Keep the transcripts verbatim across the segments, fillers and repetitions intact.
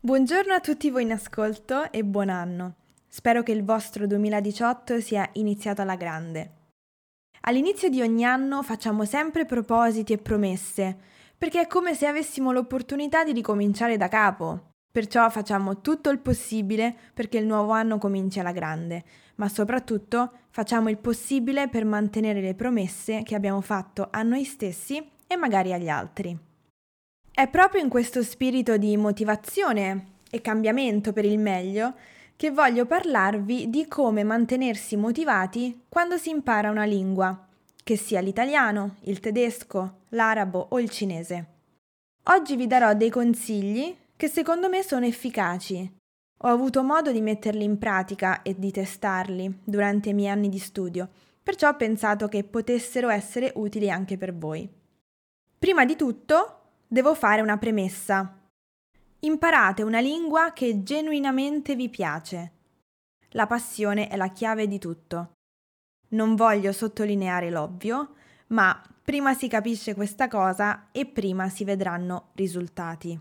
Buongiorno a tutti voi in ascolto e buon anno. Spero che il vostro duemiladiciotto sia iniziato alla grande. All'inizio di ogni anno facciamo sempre propositi e promesse, perché è come se avessimo l'opportunità di ricominciare da capo. Perciò facciamo tutto il possibile perché il nuovo anno cominci alla grande, ma soprattutto facciamo il possibile per mantenere le promesse che abbiamo fatto a noi stessi e magari agli altri. È proprio in questo spirito di motivazione e cambiamento per il meglio che voglio parlarvi di come mantenersi motivati quando si impara una lingua, che sia l'italiano, il tedesco, l'arabo o il cinese. Oggi vi darò dei consigli che secondo me sono efficaci. Ho avuto modo di metterli in pratica e di testarli durante i miei anni di studio, perciò ho pensato che potessero essere utili anche per voi. Prima di tutto, devo fare una premessa. Imparate una lingua che genuinamente vi piace. La passione è la chiave di tutto. Non voglio sottolineare l'ovvio, ma prima si capisce questa cosa e prima si vedranno risultati.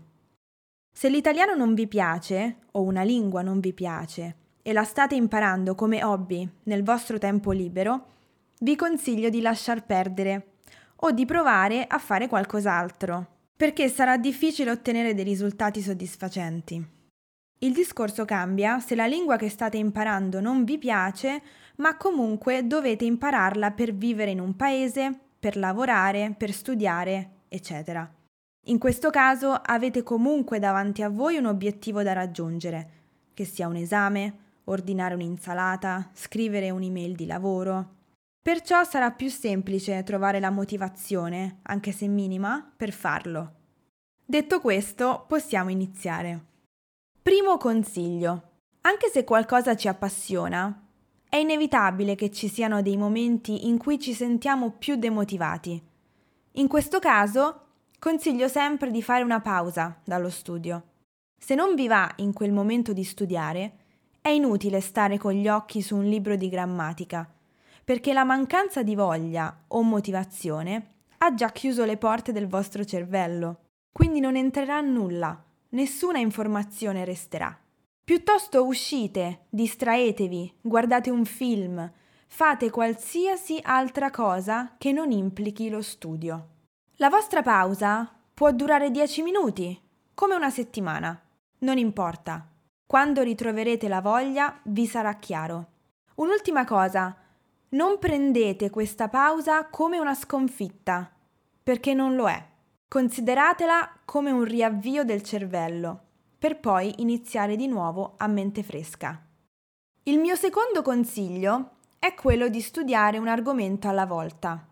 Se l'italiano non vi piace, o una lingua non vi piace, e la state imparando come hobby nel vostro tempo libero, vi consiglio di lasciar perdere o di provare a fare qualcos'altro, perché sarà difficile ottenere dei risultati soddisfacenti. Il discorso cambia se la lingua che state imparando non vi piace, ma comunque dovete impararla per vivere in un paese, per lavorare, per studiare, eccetera. In questo caso avete comunque davanti a voi un obiettivo da raggiungere, che sia un esame, ordinare un'insalata, scrivere un'email di lavoro. Perciò sarà più semplice trovare la motivazione, anche se minima, per farlo. Detto questo, possiamo iniziare. Primo consiglio. Anche se qualcosa ci appassiona, è inevitabile che ci siano dei momenti in cui ci sentiamo più demotivati. In questo caso, consiglio sempre di fare una pausa dallo studio. Se non vi va in quel momento di studiare, è inutile stare con gli occhi su un libro di grammatica, perché la mancanza di voglia o motivazione ha già chiuso le porte del vostro cervello, quindi non entrerà nulla, nessuna informazione resterà. Piuttosto uscite, distraetevi, guardate un film, fate qualsiasi altra cosa che non implichi lo studio. La vostra pausa può durare dieci minuti, come una settimana, non importa. Quando ritroverete la voglia vi sarà chiaro. Un'ultima cosa. Non prendete questa pausa come una sconfitta, perché non lo è. Consideratela come un riavvio del cervello, per poi iniziare di nuovo a mente fresca. Il mio secondo consiglio è quello di studiare un argomento alla volta.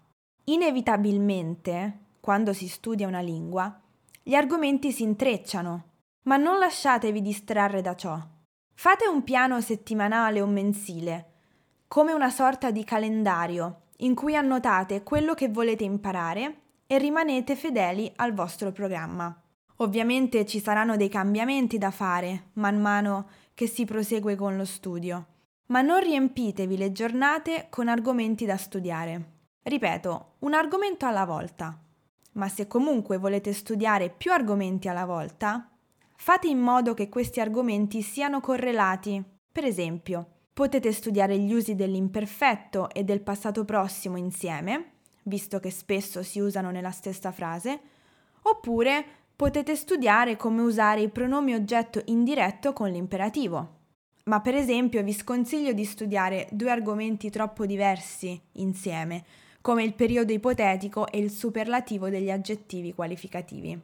Inevitabilmente, quando si studia una lingua, gli argomenti si intrecciano, ma non lasciatevi distrarre da ciò. Fate un piano settimanale o mensile, come una sorta di calendario in cui annotate quello che volete imparare e rimanete fedeli al vostro programma. Ovviamente ci saranno dei cambiamenti da fare man mano che si prosegue con lo studio, ma non riempitevi le giornate con argomenti da studiare. Ripeto, un argomento alla volta. Ma se comunque volete studiare più argomenti alla volta, fate in modo che questi argomenti siano correlati. Per esempio, potete studiare gli usi dell'imperfetto e del passato prossimo insieme, visto che spesso si usano nella stessa frase, oppure potete studiare come usare i pronomi oggetto indiretto con l'imperativo. Ma per esempio vi sconsiglio di studiare due argomenti troppo diversi insieme, come il periodo ipotetico e il superlativo degli aggettivi qualificativi.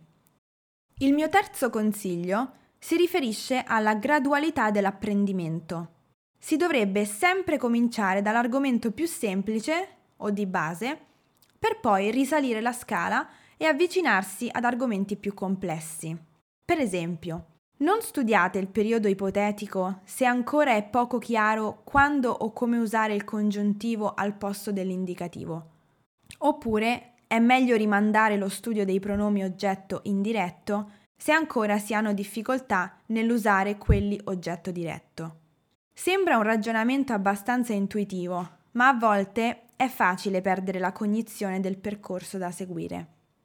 Il mio terzo consiglio si riferisce alla gradualità dell'apprendimento. Si dovrebbe sempre cominciare dall'argomento più semplice o di base, per poi risalire la scala e avvicinarsi ad argomenti più complessi. Per esempio, non studiate il periodo ipotetico se ancora è poco chiaro quando o come usare il congiuntivo al posto dell'indicativo. Oppure è meglio rimandare lo studio dei pronomi oggetto indiretto se ancora si hanno difficoltà nell'usare quelli oggetto diretto. Sembra un ragionamento abbastanza intuitivo, ma a volte è facile perdere la cognizione del percorso da seguire.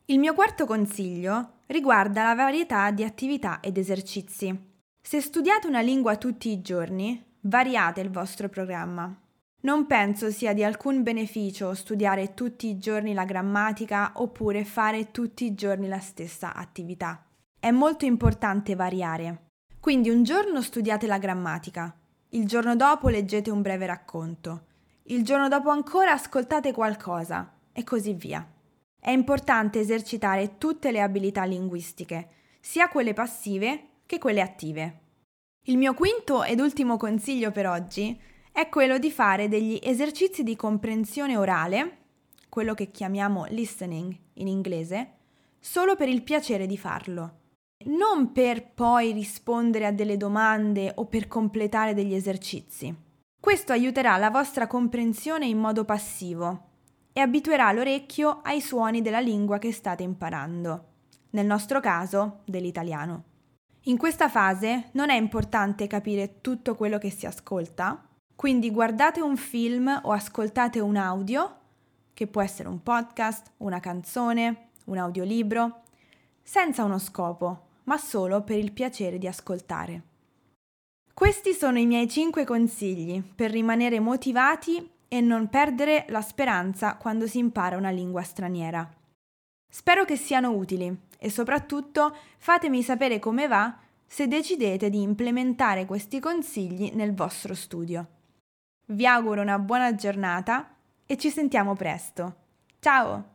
Il mio quarto consiglio riguarda la varietà di attività ed esercizi. Se studiate una lingua tutti i giorni, variate il vostro programma. Non penso sia di alcun beneficio studiare tutti i giorni la grammatica oppure fare tutti i giorni la stessa attività. È molto importante variare. Quindi un giorno studiate la grammatica, il giorno dopo leggete un breve racconto, il giorno dopo ancora ascoltate qualcosa e così via. È importante esercitare tutte le abilità linguistiche, sia quelle passive che quelle attive. Il mio quinto ed ultimo consiglio per oggi è quello di fare degli esercizi di comprensione orale, quello che chiamiamo listening in inglese, solo per il piacere di farlo, non per poi rispondere a delle domande o per completare degli esercizi. Questo aiuterà la vostra comprensione in modo passivo e abituerà l'orecchio ai suoni della lingua che state imparando, nel nostro caso dell'italiano. In questa fase non è importante capire tutto quello che si ascolta, quindi guardate un film o ascoltate un audio, che può essere un podcast, una canzone, un audiolibro, senza uno scopo, ma solo per il piacere di ascoltare. Questi sono i miei cinque consigli per rimanere motivati e non perdere la speranza quando si impara una lingua straniera. Spero che siano utili e soprattutto fatemi sapere come va se decidete di implementare questi consigli nel vostro studio. Vi auguro una buona giornata e ci sentiamo presto. Ciao!